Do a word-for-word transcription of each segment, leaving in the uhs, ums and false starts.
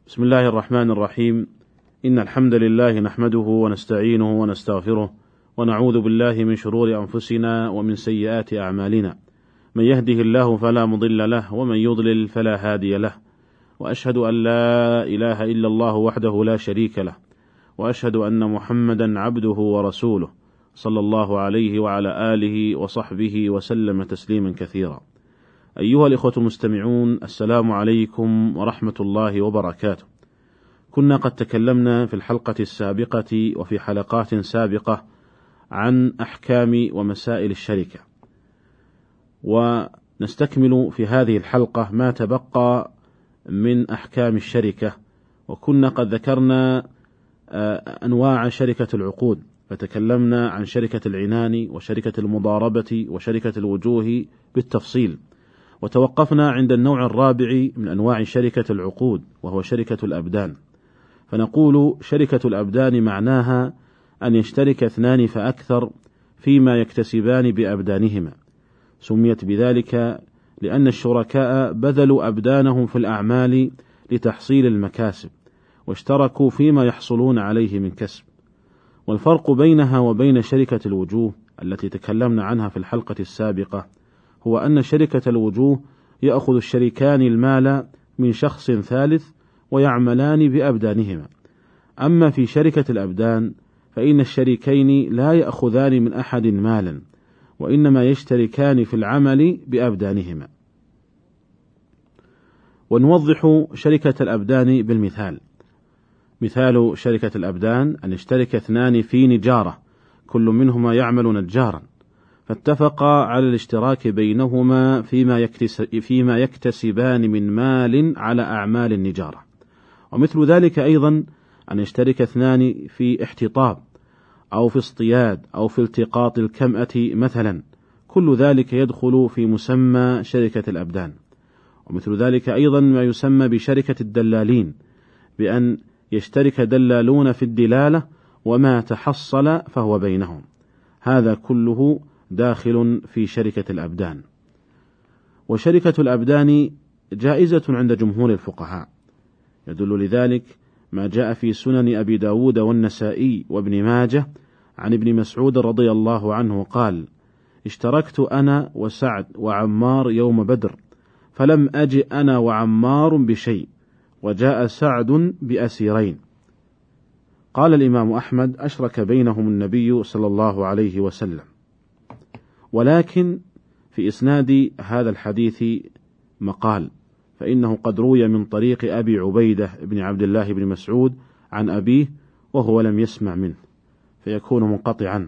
بسم الله الرحمن الرحيم. إن الحمد لله نحمده ونستعينه ونستغفره ونعوذ بالله من شرور أنفسنا ومن سيئات أعمالنا، من يهده الله فلا مضل له ومن يضلل فلا هادي له، وأشهد أن لا إله إلا الله وحده لا شريك له، وأشهد أن محمدا عبده ورسوله صلى الله عليه وعلى آله وصحبه وسلم تسليما كثيرا. أيها الإخوة المستمعون، السلام عليكم ورحمة الله وبركاته. كنا قد تكلمنا في الحلقة السابقة وفي حلقات سابقة عن أحكام ومسائل الشركة، ونستكمل في هذه الحلقة ما تبقى من أحكام الشركة. وكنا قد ذكرنا أنواع شركة العقود، فتكلمنا عن شركة العنان وشركة المضاربة وشركة الوجوه بالتفصيل، وتوقفنا عند النوع الرابع من أنواع شركة العقود وهو شركة الأبدان. فنقول شركة الأبدان معناها أن يشترك اثنان فأكثر فيما يكتسبان بأبدانهما، سميت بذلك لأن الشركاء بذلوا أبدانهم في الأعمال لتحصيل المكاسب، واشتركوا فيما يحصلون عليه من كسب. والفرق بينها وبين شركة الوجوه التي تكلمنا عنها في الحلقة السابقة هو أن شركة الوجوه يأخذ الشريكان المال من شخص ثالث ويعملان بأبدانهما، أما في شركة الأبدان فإن الشريكين لا يأخذان من أحد مالا، وإنما يشتركان في العمل بأبدانهما. ونوضح شركة الأبدان بالمثال. مثال شركة الأبدان أن يشترك اثنان في نجارة، كل منهما يعمل نجارا، فاتفقا على الاشتراك بينهما فيما, فيما يكتسبان من مال على أعمال النجارة. ومثل ذلك أيضا أن يشترك اثنان في احتطاب أو في اصطياد أو في التقاط الكمأة مثلا، كل ذلك يدخل في مسمى شركة الأبدان. ومثل ذلك أيضا ما يسمى بشركة الدلالين، بأن يشترك دلالون في الدلالة وما تحصل فهو بينهم، هذا كله داخل في شركة الأبدان. وشركة الأبدان جائزة عند جمهور الفقهاء، يدل لذلك ما جاء في سنن أبي داود والنسائي وابن ماجه عن ابن مسعود رضي الله عنه قال: اشتركت أنا وسعد وعمار يوم بدر، فلم أجئ أنا وعمار بشيء، وجاء سعد بأسيرين. قال الإمام أحمد: أشرك بينهم النبي صلى الله عليه وسلم. ولكن في إسناد هذا الحديث مقال، فإنه قد روي من طريق أبي عبيدة بن عبد الله بن مسعود عن أبيه وهو لم يسمع منه، فيكون منقطعا.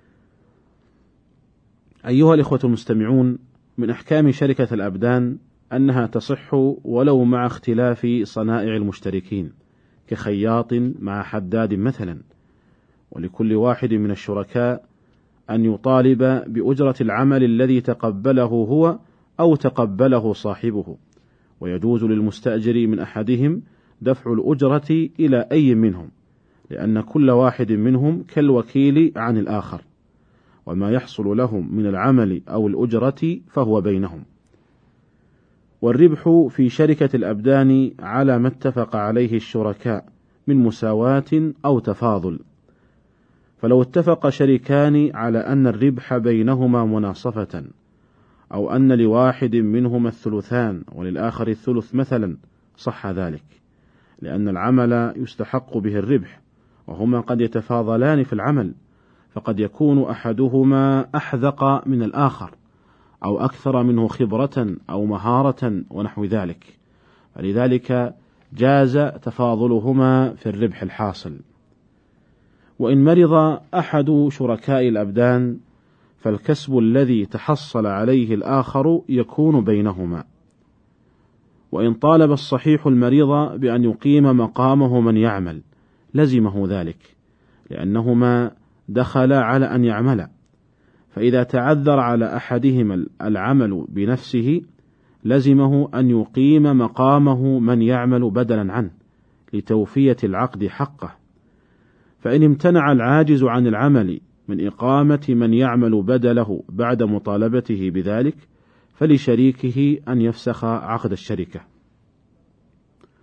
أيها الإخوة المستمعون، من أحكام شركة الأبدان أنها تصح ولو مع اختلاف صنائع المشتركين، كخياط مع حداد مثلا، ولكل واحد من الشركاء أن يطالب بأجرة العمل الذي تقبله هو أو تقبله صاحبه، ويجوز للمستأجر من أحدهم دفع الأجرة إلى أي منهم، لأن كل واحد منهم كالوكيل عن الآخر، وما يحصل لهم من العمل أو الأجرة فهو بينهم. والربح في شركة الأبدان على ما اتفق عليه الشركاء من مساواة أو تفاضل، فلو اتفق شريكان على أن الربح بينهما مناصفة، أو أن لواحد منهما الثلثان وللآخر الثلث مثلا، صح ذلك، لأن العمل يستحق به الربح، وهما قد يتفاضلان في العمل، فقد يكون أحدهما أحذق من الآخر أو أكثر منه خبرة أو مهارة ونحو ذلك، فلذلك جاز تفاضلهما في الربح الحاصل. وإن مرض أحد شركاء الأبدان فالكسب الذي تحصل عليه الآخر يكون بينهما. وإن طالب الصحيح المريض بأن يقيم مقامه من يعمل لزمه ذلك، لأنهما دخلا على أن يعمل، فإذا تعذر على أحدهما العمل بنفسه لزمه أن يقيم مقامه من يعمل بدلا عنه لتوفية العقد حقه. فإن امتنع العاجز عن العمل من إقامة من يعمل بدله بعد مطالبته بذلك فلشريكه أن يفسخ عقد الشركة.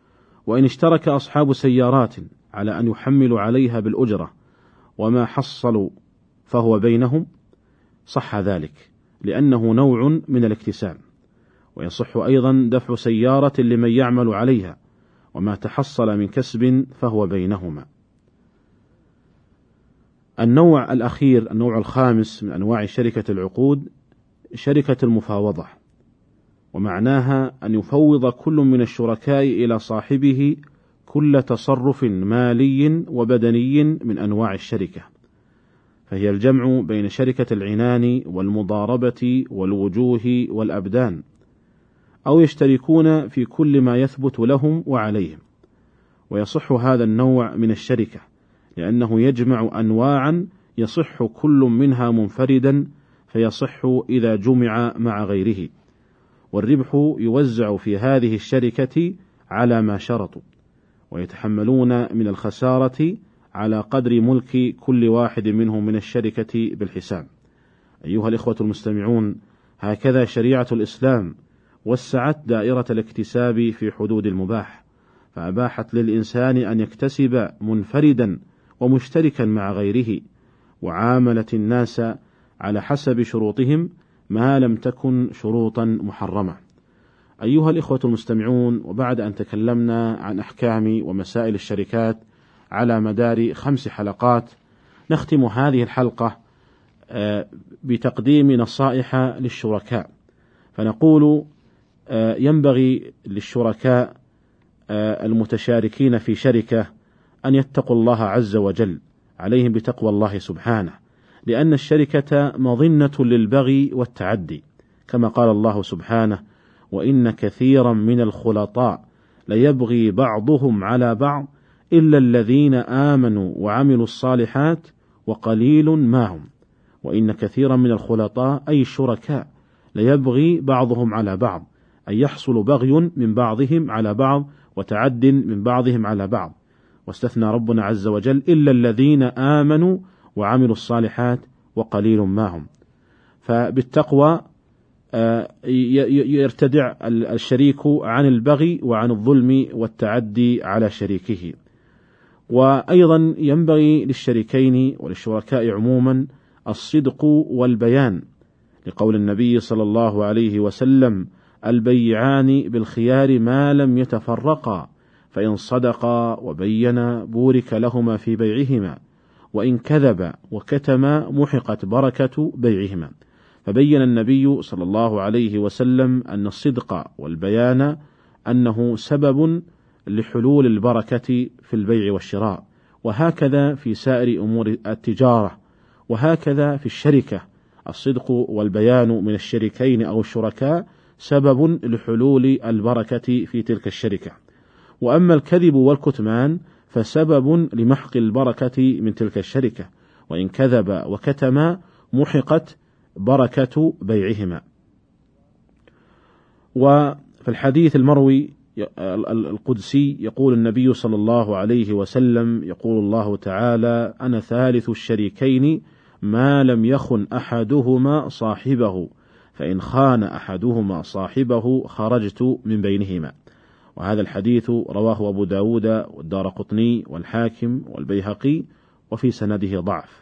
وإن اشترك أصحاب سيارات على أن يحملوا عليها بالأجرة وما حصلوا فهو بينهم صح ذلك، لأنه نوع من الاكتساب. ويصح أيضا دفع سيارة لمن يعمل عليها وما تحصل من كسب فهو بينهما. النوع الأخير، النوع الخامس من أنواع شركة العقود، شركة المفاوضة، ومعناها أن يفوض كل من الشركاء إلى صاحبه كل تصرف مالي وبدني من أنواع الشركة، فهي الجمع بين شركة العنان والمضاربة والوجوه والأبدان، أو يشتركون في كل ما يثبت لهم وعليهم. ويصح هذا النوع من الشركة لأنه يجمع أنواعا يصح كل منها منفردا، فيصح إذا جمع مع غيره، والربح يوزع في هذه الشركة على ما شرطوا، ويتحملون من الخسارة على قدر ملك كل واحد منهم من الشركة بالحساب. أيها الإخوة المستمعون، هكذا شريعة الإسلام وسعت دائرة الاكتساب في حدود المباح، فأباحت للإنسان أن يكتسب منفردا ومشتركا مع غيره، وعاملت الناس على حسب شروطهم ما لم تكن شروطا محرمة. أيها الإخوة المستمعون، وبعد أن تكلمنا عن أحكام ومسائل الشركات على مدار خمس حلقات، نختم هذه الحلقة بتقديم نصائح للشركاء. فنقول ينبغي للشركاء المتشاركين في شركة أن يتقوا الله عز وجل، عليهم بتقوى الله سبحانه، لأن الشركة مظنة للبغي والتعدي، كما قال الله سبحانه: وإن كثيرا من الخلطاء ليبغي بعضهم على بعض إلا الذين آمنوا وعملوا الصالحات وقليل ما هم. وإن كثيرا من الخلطاء أي الشركاء ليبغي بعضهم على بعض، أي يحصل بغي من بعضهم على بعض وتعد من بعضهم على بعض. واستثنى ربنا عز وجل إلا الذين آمنوا وعملوا الصالحات وقليل ما هم. فبالتقوى يرتدع الشريك عن البغي وعن الظلم والتعدي على شريكه. وأيضا ينبغي للشريكين وللشركاء عموما الصدق والبيان، لقول النبي صلى الله عليه وسلم: البيعان بالخيار ما لم يتفرقا، فإن صدقا وبينا بورك لهما في بيعهما، وإن كذبا وكتما محقت بركة بيعهما. فبين النبي صلى الله عليه وسلم أن الصدق والبيان أنه سبب لحلول البركة في البيع والشراء، وهكذا في سائر أمور التجارة، وهكذا في الشركة، الصدق والبيان من الشريكين أو الشركاء سبب لحلول البركة في تلك الشركة. وأما الكذب والكتمان فسبب لمحق البركة من تلك الشركة، وإن كذب وكتما محقت بركة بيعهما. وفي الحديث المروي القدسي يقول النبي صلى الله عليه وسلم: يقول الله تعالى: أنا ثالث الشريكين ما لم يخن أحدهما صاحبه، فإن خان أحدهما صاحبه خرجت من بينهما. وهذا الحديث رواه أبو داود والدارقطني والحاكم والبيهقي، وفي سنده ضعف.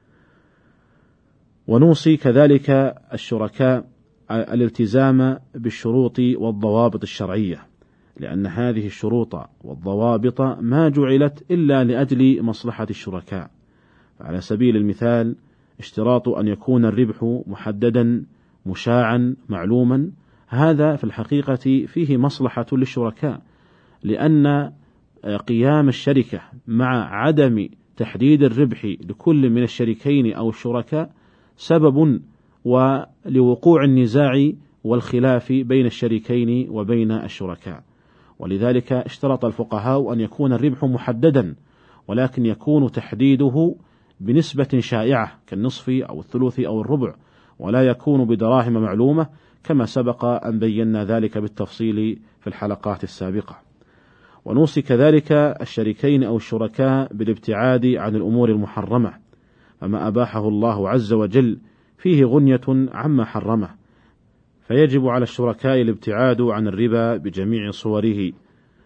ونوصي كذلك الشركاء الالتزام بالشروط والضوابط الشرعية، لأن هذه الشروط والضوابط ما جعلت إلا لأجل مصلحة الشركاء. فعلى سبيل المثال اشتراط أن يكون الربح محددا مشاعا معلوما، هذا في الحقيقة فيه مصلحة للشركاء، لأن قيام الشركة مع عدم تحديد الربح لكل من الشريكين أو الشركاء سبب ولوقوع النزاع والخلاف بين الشريكين وبين الشركاء. ولذلك اشترط الفقهاء أن يكون الربح محددا، ولكن يكون تحديده بنسبة شائعة كالنصف أو الثلث أو الربع، ولا يكون بدراهم معلومة، كما سبق أن بينا ذلك بالتفصيل في الحلقات السابقة. ونوصي كذلك الشريكين أو الشركاء بالابتعاد عن الأمور المحرمة، فما أباحه الله عز وجل فيه غنية عما حرمه، فيجب على الشركاء الابتعاد عن الربا بجميع صوره،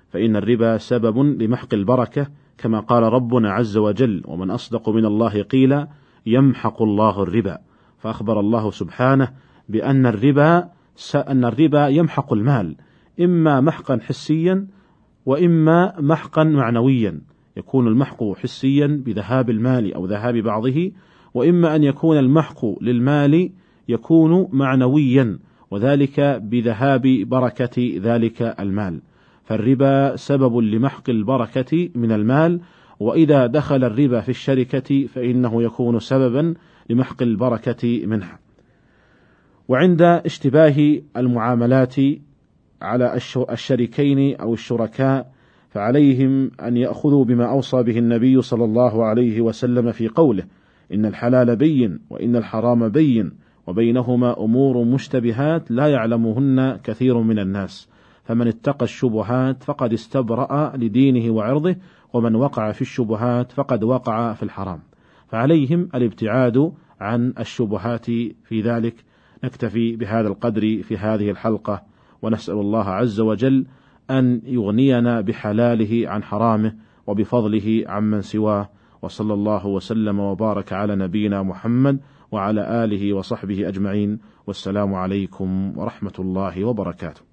فإن الربا سبب لمحق البركة، كما قال ربنا عز وجل: ومن أصدق من الله قيلا يمحق الله الربا. فأخبر الله سبحانه بأن الربا أن الربا يمحق المال، إما محقا حسيا وإما محقا معنويا، يكون المحق حسيا بذهاب المال أو ذهاب بعضه، وإما أن يكون المحق للمال يكون معنويا، وذلك بذهاب بركة ذلك المال. فالربا سبب لمحق البركة من المال، وإذا دخل الربا في الشركة فإنه يكون سببا لمحق البركة منها. وعند اشتباه المعاملات على الشريكين أو الشركاء فعليهم أن يأخذوا بما أوصى به النبي صلى الله عليه وسلم في قوله: إن الحلال بين وإن الحرام بين وبينهما أمور مشتبهات لا يعلمهن كثير من الناس، فمن اتقى الشبهات فقد استبرأ لدينه وعرضه، ومن وقع في الشبهات فقد وقع في الحرام. فعليهم الابتعاد عن الشبهات في ذلك. نكتفي بهذا القدر في هذه الحلقة، ونسأل الله عز وجل أن يغنينا بحلاله عن حرامه وبفضله عمن سواه، وصلى الله وسلم وبارك على نبينا محمد وعلى آله وصحبه أجمعين، والسلام عليكم ورحمة الله وبركاته.